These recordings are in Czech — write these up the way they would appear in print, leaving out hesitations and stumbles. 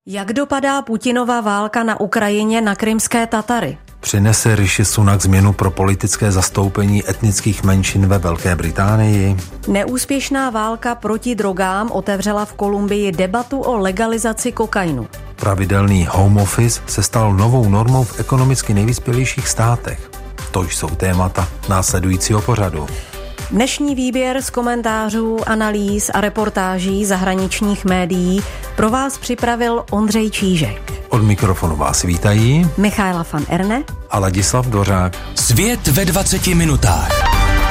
Jak dopadá Putinova válka na Ukrajině na krymské Tatary? Přinese Rishi Sunak změnu pro politické zastoupení etnických menšin ve Velké Británii? Neúspěšná válka proti drogám otevřela v Kolumbii debatu o legalizaci kokainu. Pravidelný home office se stal novou normou v ekonomicky nejvyspělejších státech. To jsou témata následujícího pořadu. Dnešní výběr z komentářů, analýz a reportáží zahraničních médií pro vás připravil Ondřej Čížek. Od mikrofonu vás vítají Michaela van Erne a Ladislav Dvořák. Svět ve 20 minutách.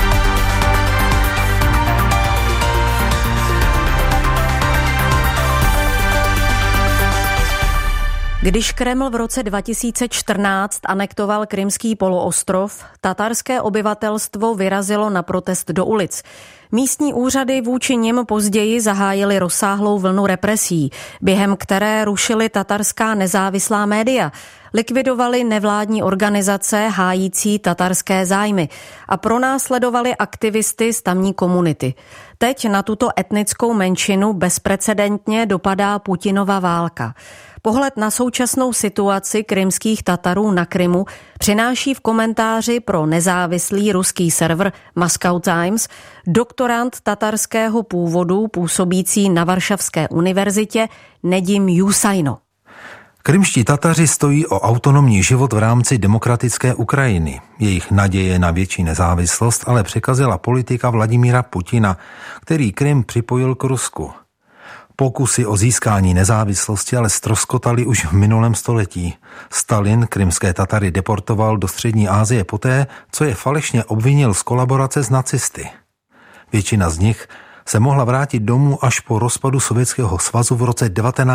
Když Kreml v roce 2014 anektoval Krymský poloostrov, tatarské obyvatelstvo vyrazilo na protest do ulic. Místní úřady vůči nim později zahájily rozsáhlou vlnu represí, během které rušili tatarská nezávislá média, likvidovali nevládní organizace hájící tatarské zájmy a pronásledovali aktivisty z tamní komunity. Teď na tuto etnickou menšinu bezprecedentně dopadá Putinova válka. Pohled na současnou situaci krymských Tatarů na Krymu přináší v komentáři pro nezávislý ruský server Moscow Times doktorand tatarského původu působící na Varšavské univerzitě Nedim Jusaino. Krymští Tataři stojí o autonomní život v rámci demokratické Ukrajiny. Jejich naděje na větší nezávislost ale překazila politika Vladimíra Putina, který Krym připojil k Rusku. Pokusy o získání nezávislosti ale ztroskotaly už v minulém století. Stalin krymské Tatary deportoval do střední Asie poté, co je falešně obvinil z kolaborace s nacisty. Většina z nich se mohla vrátit domů až po rozpadu Sovětského svazu v roce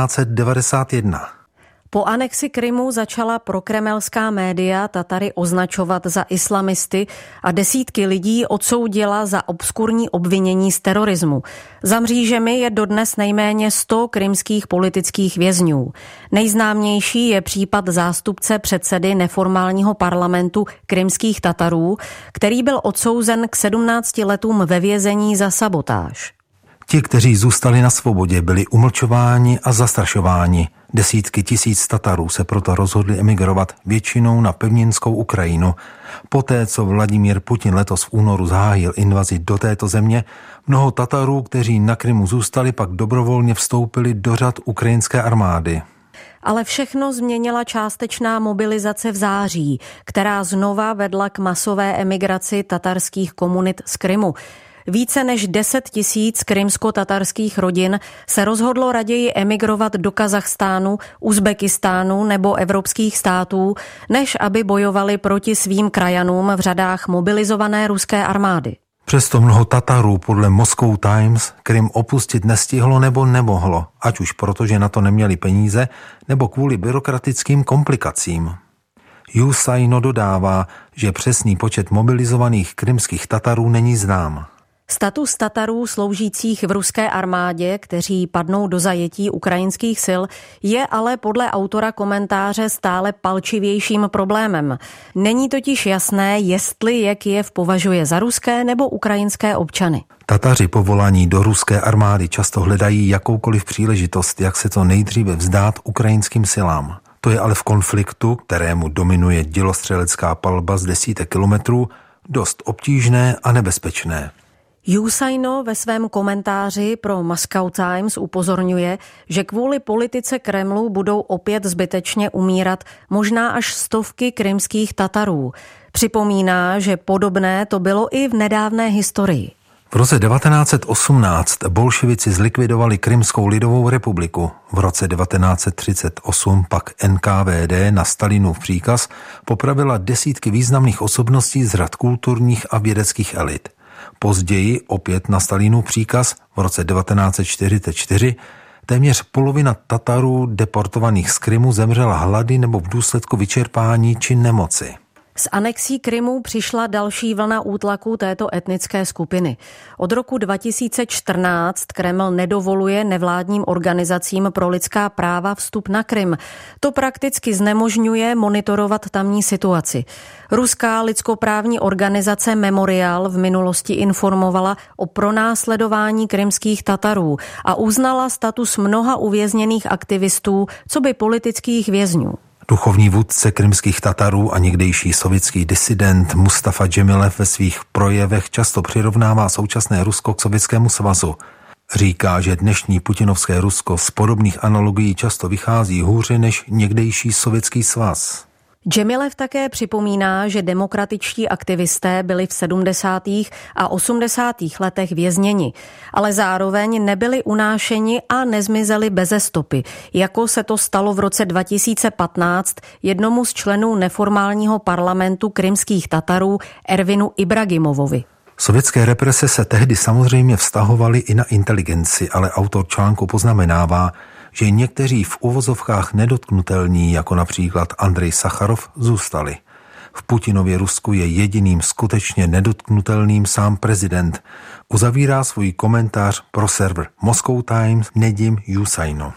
1991. Po anexi Krymu začala prokremelská média Tatary označovat za islamisty a desítky lidí odsoudila za obskurní obvinění z terorismu. Za mřížemi je dodnes nejméně 100 krymských politických vězňů. Nejznámější je případ zástupce předsedy neformálního parlamentu krymských Tatarů, který byl odsouzen k 17 letům ve vězení za sabotáž. Ti, kteří zůstali na svobodě, byli umlčováni a zastrašováni. Desítky tisíc Tatarů se proto rozhodli emigrovat většinou na pevninskou Ukrajinu. Poté, co Vladimír Putin letos v únoru zahájil invazi do této země, mnoho Tatarů, kteří na Krymu zůstali, pak dobrovolně vstoupili do řad ukrajinské armády. Ale všechno změnila částečná mobilizace v září, která znova vedla k masové emigraci tatarských komunit z Krymu. Více než 10 000 krymsko-tatarských rodin se rozhodlo raději emigrovat do Kazachstánu, Uzbekistánu nebo evropských států, než aby bojovali proti svým krajanům v řadách mobilizované ruské armády. Přesto mnoho Tatarů podle Moscow Times Krym opustit nestihlo nebo nemohlo, ať už proto, že na to neměli peníze, nebo kvůli byrokratickým komplikacím. Jusaino dodává, že přesný počet mobilizovaných krymských Tatarů není znám. Status Tatarů sloužících v ruské armádě, kteří padnou do zajetí ukrajinských sil, je ale podle autora komentáře stále palčivějším problémem. Není totiž jasné, jestli je Kyjev považuje za ruské nebo ukrajinské občany. Tataři povolaní do ruské armády často hledají jakoukoliv příležitost, jak se to nejdříve vzdát ukrajinským silám. To je ale v konfliktu, kterému dominuje dělostřelecká palba z desítek kilometrů, dost obtížné a nebezpečné. Jusaino ve svém komentáři pro Moscow Times upozorňuje, že kvůli politice Kremlu budou opět zbytečně umírat možná až stovky krymských Tatarů. Připomíná, že podobné to bylo i v nedávné historii. V roce 1918 bolševici zlikvidovali Krymskou lidovou republiku. V roce 1938 pak NKVD na Stalinův příkaz popravila desítky významných osobností z řad kulturních a vědeckých elit. Později, opět na Stalinův příkaz, v roce 1944, téměř polovina Tatarů deportovaných z Krymu zemřela hlady nebo v důsledku vyčerpání či nemoci. S anexí Krymu přišla další vlna útlaku této etnické skupiny. Od roku 2014 Kreml nedovoluje nevládním organizacím pro lidská práva vstup na Krym. To prakticky znemožňuje monitorovat tamní situaci. Ruská lidskoprávní organizace Memorial v minulosti informovala o pronásledování krymských Tatarů a uznala status mnoha uvězněných aktivistů coby politických vězňů. Duchovní vůdce krymských Tatarů a někdejší sovětský disident Mustafa Džemilev ve svých projevech často přirovnává současné Rusko k Sovětskému svazu. Říká, že dnešní putinovské Rusko z podobných analogií často vychází hůře než někdejší Sovětský svaz. Džemilev také připomíná, že demokratičtí aktivisté byli v 70. a 80. letech vězněni, ale zároveň nebyli unášeni a nezmizeli beze stopy, jako se to stalo v roce 2015 jednomu z členů neformálního parlamentu krymských Tatarů Ervinu Ibragimovovi. Sovětské represe se tehdy samozřejmě vztahovaly i na inteligenci, ale autor článku poznamenává, že někteří v uvozovkách nedotknutelní, jako například Andrej Sacharov, zůstali. V Putinově Rusku je jediným skutečně nedotknutelným sám prezident. Uzavírá svůj komentář pro server Moscow Times Nedim Yusajno.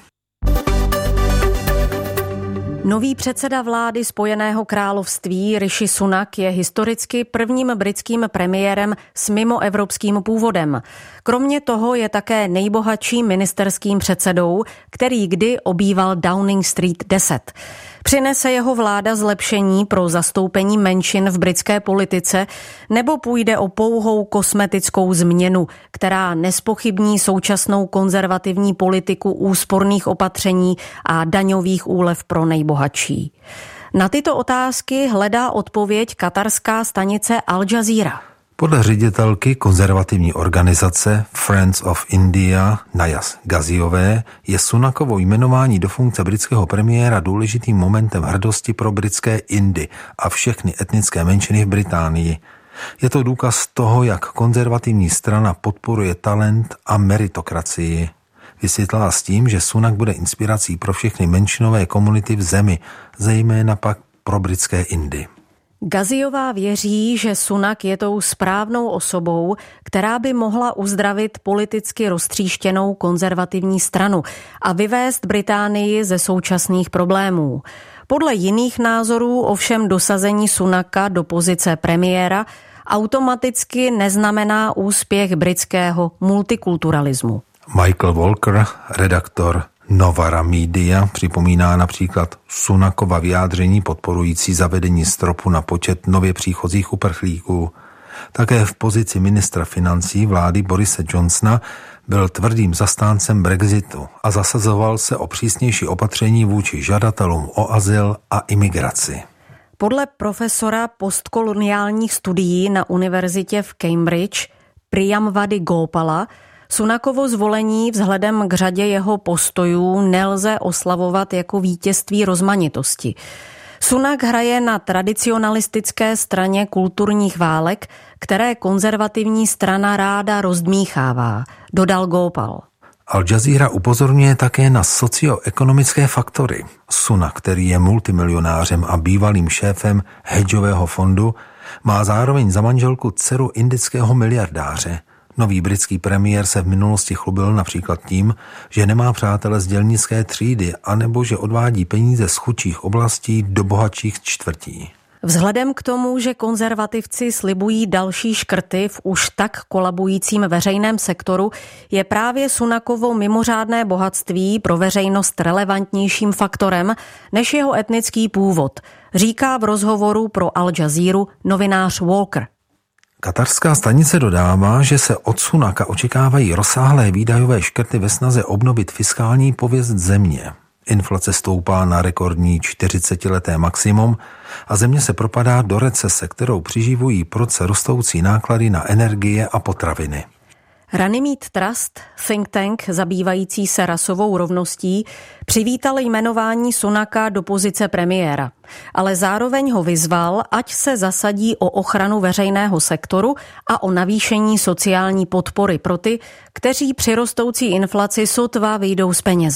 Nový předseda vlády Spojeného království Rishi Sunak je historicky prvním britským premiérem s mimoevropským původem. Kromě toho je také nejbohatším ministerským předsedou, který kdy obýval Downing Street 10. Přinese jeho vláda zlepšení pro zastoupení menšin v britské politice, nebo půjde o pouhou kosmetickou změnu, která nespochybní současnou konzervativní politiku úsporných opatření a daňových úlev pro nejbohatší? Na tyto otázky hledá odpověď katarská stanice Al Jazeera. Podle ředitelky konzervativní organizace Friends of India Nayaz Ghaziové je Sunakovo jmenování do funkce britského premiéra důležitým momentem hrdosti pro britské Indy a všechny etnické menšiny v Británii. Je to důkaz toho, jak konzervativní strana podporuje talent a meritokracii. Vysvětlila s tím, že Sunak bude inspirací pro všechny menšinové komunity v zemi, zejména pak pro britské Indy. Ghaziová věří, že Sunak je tou správnou osobou, která by mohla uzdravit politicky roztříštěnou konzervativní stranu a vyvést Británii ze současných problémů. Podle jiných názorů ovšem dosazení Sunaka do pozice premiéra automaticky neznamená úspěch britského multikulturalismu. Michael Walker, redaktor Novara Media, připomíná například Sunakova vyjádření podporující zavedení stropu na počet nově příchozích uprchlíků. Také v pozici ministra financí vlády Borise Johnsona byl tvrdým zastáncem Brexitu a zasazoval se o přísnější opatření vůči žadatelům o azyl a imigraci. Podle profesora postkoloniálních studií na univerzitě v Cambridge Priyamvady Gopala Sunakovo zvolení vzhledem k řadě jeho postojů nelze oslavovat jako vítězství rozmanitosti. Sunak hraje na tradicionalistické straně kulturních válek, které konzervativní strana ráda rozdmíchává, dodal Gopal. Al Jazeera upozorňuje také na socioekonomické faktory. Sunak, který je multimilionářem a bývalým šéfem hedžového fondu, má zároveň za manželku dceru indického miliardáře. Nový britský premiér se v minulosti chlubil například tím, že nemá přátele z dělnické třídy anebo že odvádí peníze z chudších oblastí do bohatších čtvrtí. Vzhledem k tomu, že konzervativci slibují další škrty v už tak kolabujícím veřejném sektoru, je právě Sunakovo mimořádné bohatství pro veřejnost relevantnějším faktorem než jeho etnický původ, říká v rozhovoru pro Al Jazeeru novinář Walker. Katarská stanice dodává, že se od Sunaka očekávají rozsáhlé výdajové škrty ve snaze obnovit fiskální pověst země. Inflace stoupá na rekordní 40leté maximum a země se propadá do recese, kterou přiživují proce rostoucí náklady na energie a potraviny. Runnymede Trust, think tank zabývající se rasovou rovností, přivítal jmenování Sunaka do pozice premiéra, ale zároveň ho vyzval, ať se zasadí o ochranu veřejného sektoru a o navýšení sociální podpory pro ty, kteří při rostoucí inflaci sotva vyjdou z penězi.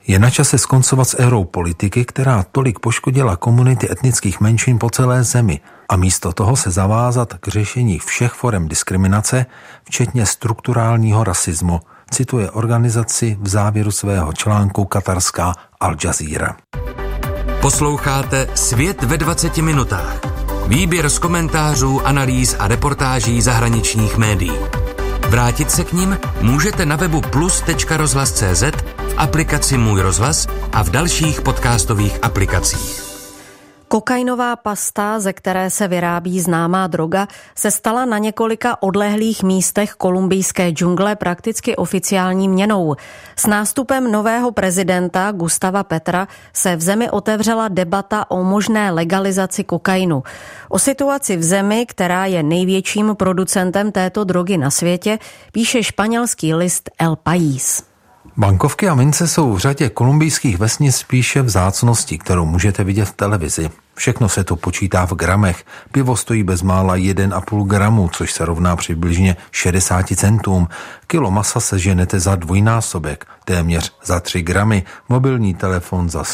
Je na čase skoncovat s érou politiky, která tolik poškodila komunity etnických menšin po celé zemi a místo toho se zavázat k řešení všech forem diskriminace, včetně strukturálního rasismu, cituje organizaci v závěru svého článku katarská Al Jazeera. Posloucháte Svět ve 20 minutách. Výběr z komentářů, analýz a reportáží zahraničních médií. Vrátit se k nim můžete na webu plus.rozhlas.cz, v aplikaci Můj rozhlas a v dalších podcastových aplikacích. Kokainová pasta, ze které se vyrábí známá droga, se stala na několika odlehlých místech kolumbijské džungle prakticky oficiální měnou. S nástupem nového prezidenta Gustava Petra se v zemi otevřela debata o možné legalizaci kokainu. O situaci v zemi, která je největším producentem této drogy na světě, píše španělský list El País. Bankovky a mince jsou v řadě kolumbijských vesnic spíše vzácností, kterou můžete vidět v televizi. Všechno se to počítá v gramech. Pivo stojí bezmála 1,5 gramu, což se rovná přibližně 60 centům. Kilo masa seženete za dvojnásobek, téměř za 3 gramy. Mobilní telefon za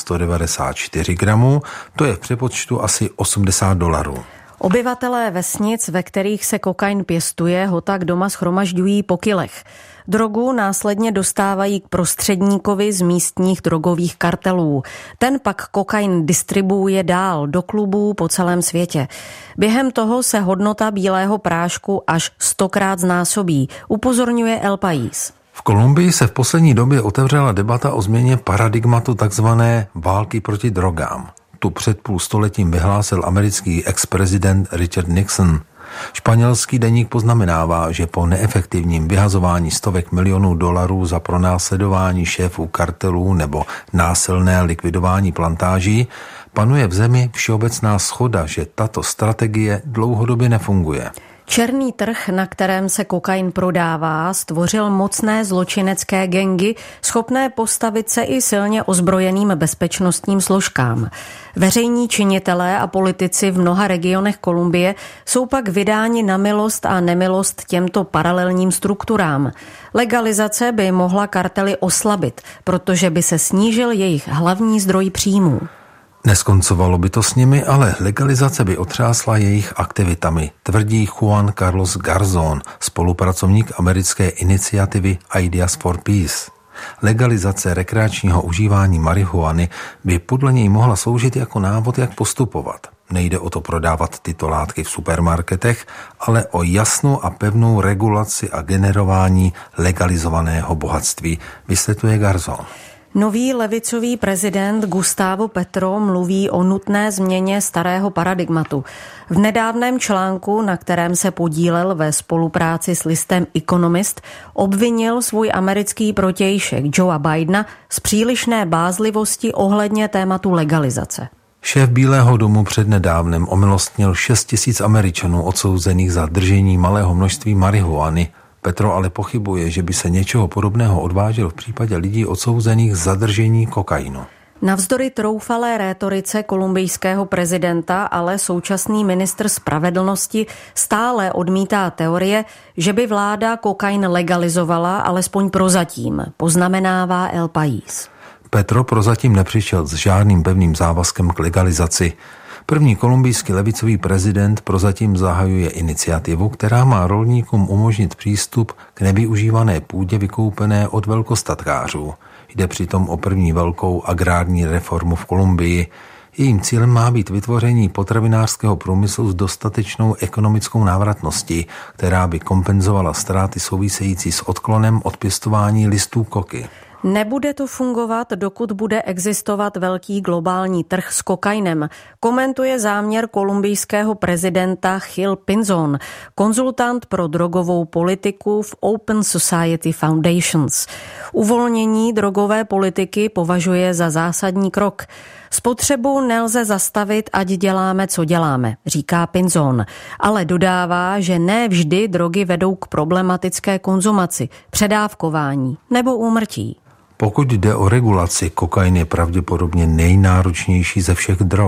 194 gramů, to je v přepočtu asi $80. Obyvatelé vesnic, ve kterých se kokain pěstuje, ho tak doma shromažďují po kilech. Drogu následně dostávají k prostředníkovi z místních drogových kartelů. Ten pak kokain distribuuje dál do klubů po celém světě. Během toho se hodnota bílého prášku až 100krát znásobí, upozorňuje El País. V Kolumbii se v poslední době otevřela debata o změně paradigmatu takzvané války proti drogám. Tu před půl stoletím vyhlásil americký ex-prezident Richard Nixon. Španělský deník poznamenává, že po neefektivním vyhazování stovek milionů dolarů za pronásledování šéfů kartelů nebo násilné likvidování plantáží panuje v zemi všeobecná shoda, že tato strategie dlouhodobě nefunguje. Černý trh, na kterém se kokain prodává, stvořil mocné zločinecké gangy, schopné postavit se i silně ozbrojeným bezpečnostním složkám. Veřejní činitelé a politici v mnoha regionech Kolumbie jsou pak vydáni na milost a nemilost těmto paralelním strukturám. Legalizace by mohla kartely oslabit, protože by se snížil jejich hlavní zdroj příjmů. Neskoncovalo by to s nimi, ale legalizace by otřásla jejich aktivitami, tvrdí Juan Carlos Garzón, spolupracovník americké iniciativy Ideas for Peace. Legalizace rekreačního užívání marihuany by podle něj mohla sloužit jako návod, jak postupovat. Nejde o to prodávat tyto látky v supermarketech, ale o jasnou a pevnou regulaci a generování legalizovaného bohatství, vysvětluje Garzón. Nový levicový prezident Gustavo Petro mluví o nutné změně starého paradigmatu. V nedávném článku, na kterém se podílel ve spolupráci s listem Economist, obvinil svůj americký protějšek Joea Bidena z přílišné bázlivosti ohledně tématu legalizace. Šéf Bílého domu přednedávnem omilostnil 6 000 Američanů odsouzených za držení malého množství marihuany. Petro ale pochybuje, že by se něčeho podobného odvážil v případě lidí odsouzených za držení kokainu. Navzdory troufalé rétorice kolumbijského prezidenta ale současný ministr spravedlnosti stále odmítá teorie, že by vláda kokain legalizovala alespoň prozatím, poznamenává El País. Petro prozatím nepřišel s žádným pevným závazkem k legalizaci. První kolumbijský levicový prezident prozatím zahajuje iniciativu, která má rolníkům umožnit přístup k nevyužívané půdě vykoupené od velkostatkářů. Jde přitom o první velkou agrární reformu v Kolumbii. Jejím cílem má být vytvoření potravinářského průmyslu s dostatečnou ekonomickou návratností, která by kompenzovala ztráty související s odklonem od pěstování listů koky. Nebude to fungovat, dokud bude existovat velký globální trh s kokainem, komentuje záměr kolumbijského prezidenta Gil Pinzón, konzultant pro drogovou politiku v Open Society Foundations. Uvolnění drogové politiky považuje za zásadní krok. Spotřebu nelze zastavit, ať děláme, co děláme, říká Pinzón, ale dodává, že ne vždy drogy vedou k problematické konzumaci, předávkování nebo úmrtí. Pokud jde o regulaci, kokain je pravděpodobně nejnáročnější ze všech drog.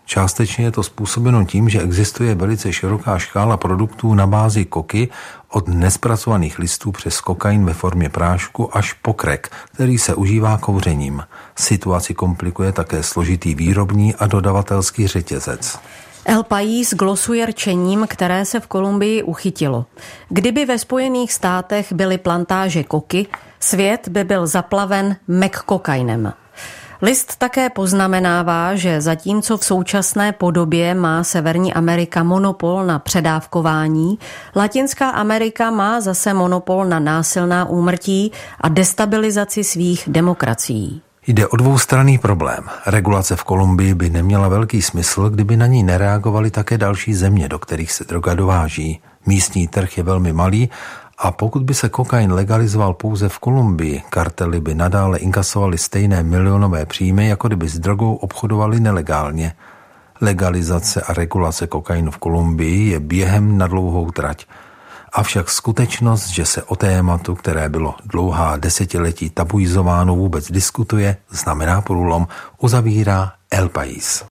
Částečně je to způsobeno tím, že existuje velice široká škála produktů na bázi koky, od nespracovaných listů přes kokain ve formě prášku až po crack, který se užívá kouřením. Situaci komplikuje také složitý výrobní a dodavatelský řetězec. El País glosuje rčením, které se v Kolumbii uchytilo. Kdyby ve Spojených státech byly plantáže koky, svět by byl zaplaven mekkokainem. List také poznamenává, že zatímco v současné podobě má Severní Amerika monopol na předávkování, Latinská Amerika má zase monopol na násilná úmrtí a destabilizaci svých demokracií. Jde o dvoustranný problém. Regulace v Kolumbii by neměla velký smysl, kdyby na ní nereagovaly také další země, do kterých se droga dováží. Místní trh je velmi malý a pokud by se kokain legalizoval pouze v Kolumbii, kartely by nadále inkasovaly stejné milionové příjmy, jako kdyby s drogou obchodovali nelegálně. Legalizace a regulace kokainu v Kolumbii je během na dlouhou trať. Avšak skutečnost, že se o tématu, které bylo dlouhá desetiletí tabuizováno, vůbec diskutuje, znamená průlom, uzavírá El País.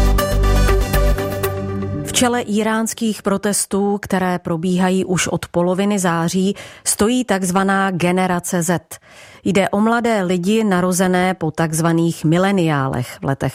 V čele íránských protestů, které probíhají už od poloviny září, stojí takzvaná generace Z. Jde o mladé lidi narozené po takzvaných mileniálech v letech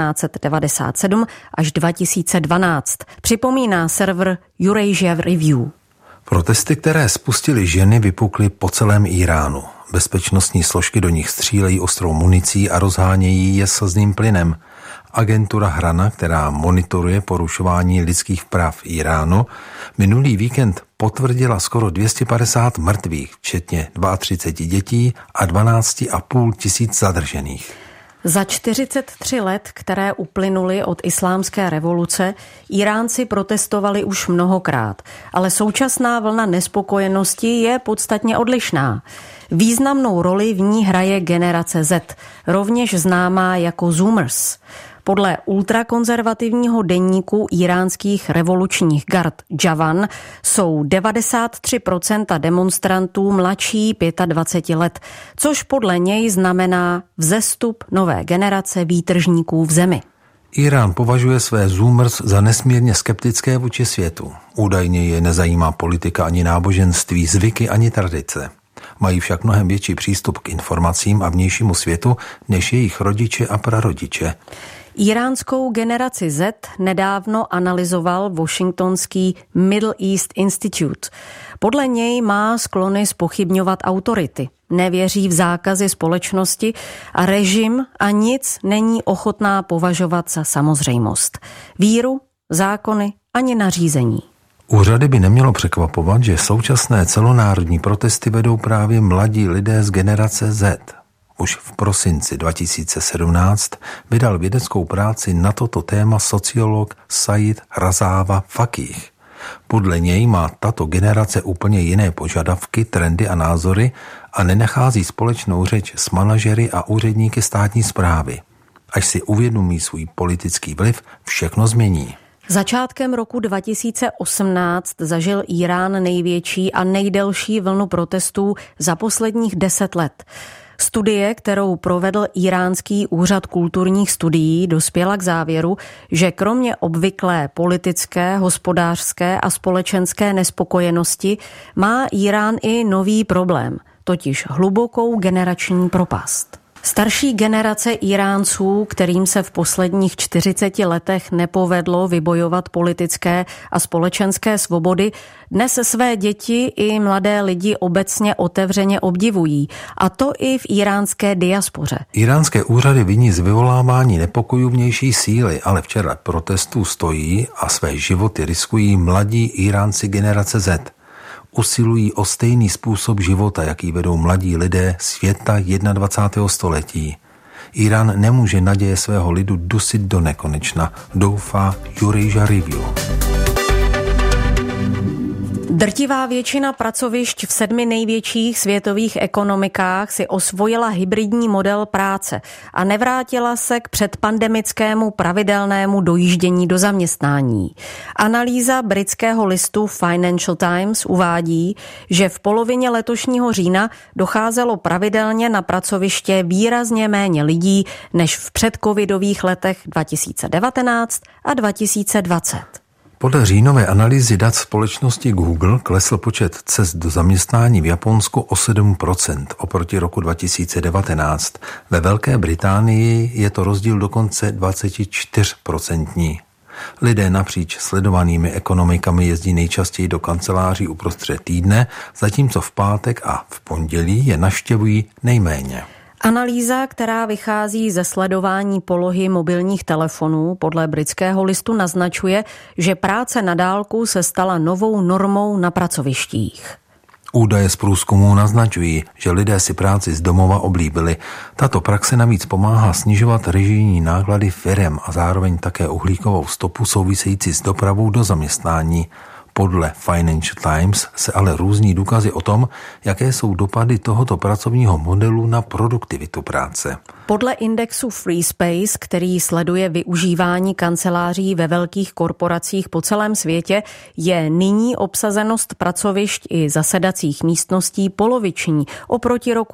1997 až 2012. Připomíná server Eurasia Review. Protesty, které spustily ženy, vypukly po celém Íránu. Bezpečnostní složky do nich střílejí ostrou municí a rozhánějí je slzným plynem. Agentura Hrana, která monitoruje porušování lidských práv v Íránu, minulý víkend potvrdila skoro 250 mrtvých, včetně 32 dětí a 12,5 tisíc zadržených. Za 43 let, které uplynuly od islámské revoluce, Íránci protestovali už mnohokrát, ale současná vlna nespokojenosti je podstatně odlišná. Významnou roli v ní hraje generace Z, rovněž známá jako Zoomers. Podle ultrakonzervativního deníku íránských revolučních gard Javan jsou 93% demonstrantů mladší 25 let, což podle něj znamená vzestup nové generace výtržníků v zemi. Írán považuje své Zoomers za nesmírně skeptické vůči světu. Údajně je nezajímá politika ani náboženství, zvyky ani tradice. Mají však mnohem větší přístup k informacím a vnějšímu světu než jejich rodiče a prarodiče. Iránskou generaci Z nedávno analyzoval washingtonský Middle East Institute. Podle něj má sklony zpochybňovat autority, nevěří v zákazy společnosti a režim a nic není ochotná považovat za samozřejmost. Víru, zákony ani nařízení. Úřady by nemělo překvapovat, že současné celonárodní protesty vedou právě mladí lidé z generace Z. Už v prosinci 2017 vydal vědeckou práci na toto téma sociolog Said Razáva Fakih. Podle něj má tato generace úplně jiné požadavky, trendy a názory a nenachází společnou řeč s manažery a úředníky státní správy. Až si uvědomí svůj politický vliv, všechno změní. Začátkem roku 2018 zažil Írán největší a nejdelší vlnu protestů za posledních 10 let. Studie, kterou provedl Íránský úřad kulturních studií, dospěla k závěru, že kromě obvyklé politické, hospodářské a společenské nespokojenosti má Írán i nový problém, totiž hlubokou generační propast. Starší generace Íránců, kterým se v posledních 40 letech nepovedlo vybojovat politické a společenské svobody, dnes své děti i mladé lidi obecně otevřeně obdivují, a to i v íránské diaspoře. Íránské úřady viní z vyvolávání nepokojů vnější síly, ale v čele protestů stojí a své životy riskují mladí Íránci generace Z. Usilují o stejný způsob života, jaký vedou mladí lidé světa 21. století. Irán nemůže naděje svého lidu dusit do nekonečna, doufá Eurasia Review. Drtivá většina pracovišť v 7 největších světových ekonomikách si osvojila hybridní model práce a nevrátila se k předpandemickému pravidelnému dojíždění do zaměstnání. Analýza britského listu Financial Times uvádí, že v polovině letošního října docházelo pravidelně na pracoviště výrazně méně lidí než v předcovidových letech 2019 a 2020. Podle říjnové analýzy dat společnosti Google klesl počet cest do zaměstnání v Japonsku o 7% oproti roku 2019. Ve Velké Británii je to rozdíl dokonce 24%. Lidé napříč sledovanými ekonomikami jezdí nejčastěji do kanceláří uprostřed týdne, zatímco v pátek a v pondělí je navštěvují nejméně. Analýza, která vychází ze sledování polohy mobilních telefonů, podle britského listu naznačuje, že práce na dálku se stala novou normou na pracovištích. Údaje z průzkumu naznačují, že lidé si práci z domova oblíbili. Tato praxe navíc pomáhá snižovat režijní náklady firem a zároveň také uhlíkovou stopu související s dopravou do zaměstnání. Podle Financial Times se ale různí důkazy o tom, jaké jsou dopady tohoto pracovního modelu na produktivitu práce. Podle indexu Free Space, který sleduje využívání kanceláří ve velkých korporacích po celém světě, je nyní obsazenost pracovišť i zasedacích místností poloviční oproti roku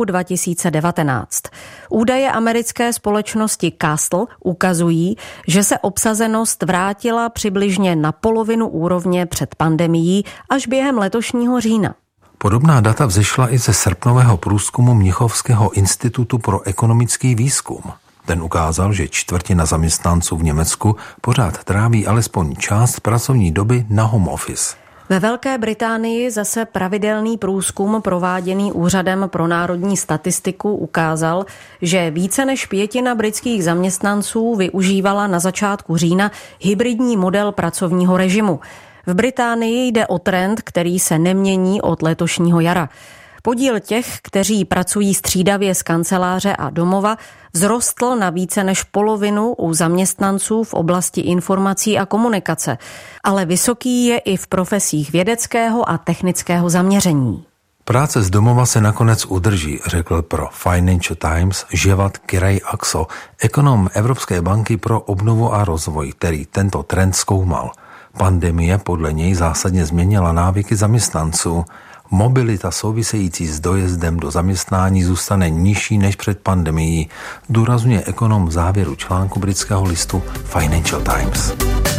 2019. Údaje americké společnosti Castle ukazují, že se obsazenost vrátila přibližně na polovinu úrovně před pandemií až během letošního října. Podobná data vzešla i ze srpnového průzkumu Mnichovského institutu pro ekonomický výzkum. Ten ukázal, že čtvrtina zaměstnanců v Německu pořád tráví alespoň část pracovní doby na home office. Ve Velké Británii zase pravidelný průzkum prováděný Úřadem pro národní statistiku ukázal, že více než 1/5 britských zaměstnanců využívala na začátku října hybridní model pracovního režimu. V Británii jde o trend, který se nemění od letošního jara. Podíl těch, kteří pracují střídavě z kanceláře a domova, vzrostl na více než polovinu u zaměstnanců v oblasti informací a komunikace, ale vysoký je i v profesích vědeckého a technického zaměření. Práce z domova se nakonec udrží, řekl pro Financial Times Ževat Kirej-Akso, ekonom Evropské banky pro obnovu a rozvoj, který tento trend zkoumal. Pandemie podle něj zásadně změnila návyky zaměstnanců. Mobilita související s dojezdem do zaměstnání zůstane nižší než před pandemií, důrazňuje ekonom v závěru článku britského listu Financial Times.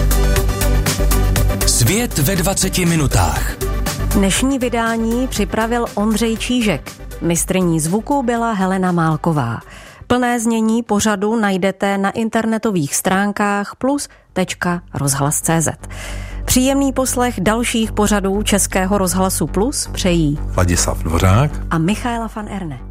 Svět ve 20 minutách. Dnešní vydání připravil Ondřej Čížek. Mistryní zvuku byla Helena Málková. Plné znění pořadu najdete na internetových stránkách plus.rozhlas.cz. Příjemný poslech dalších pořadů Českého rozhlasu Plus přejí Ladislav Dvořák a Michaela van Erne.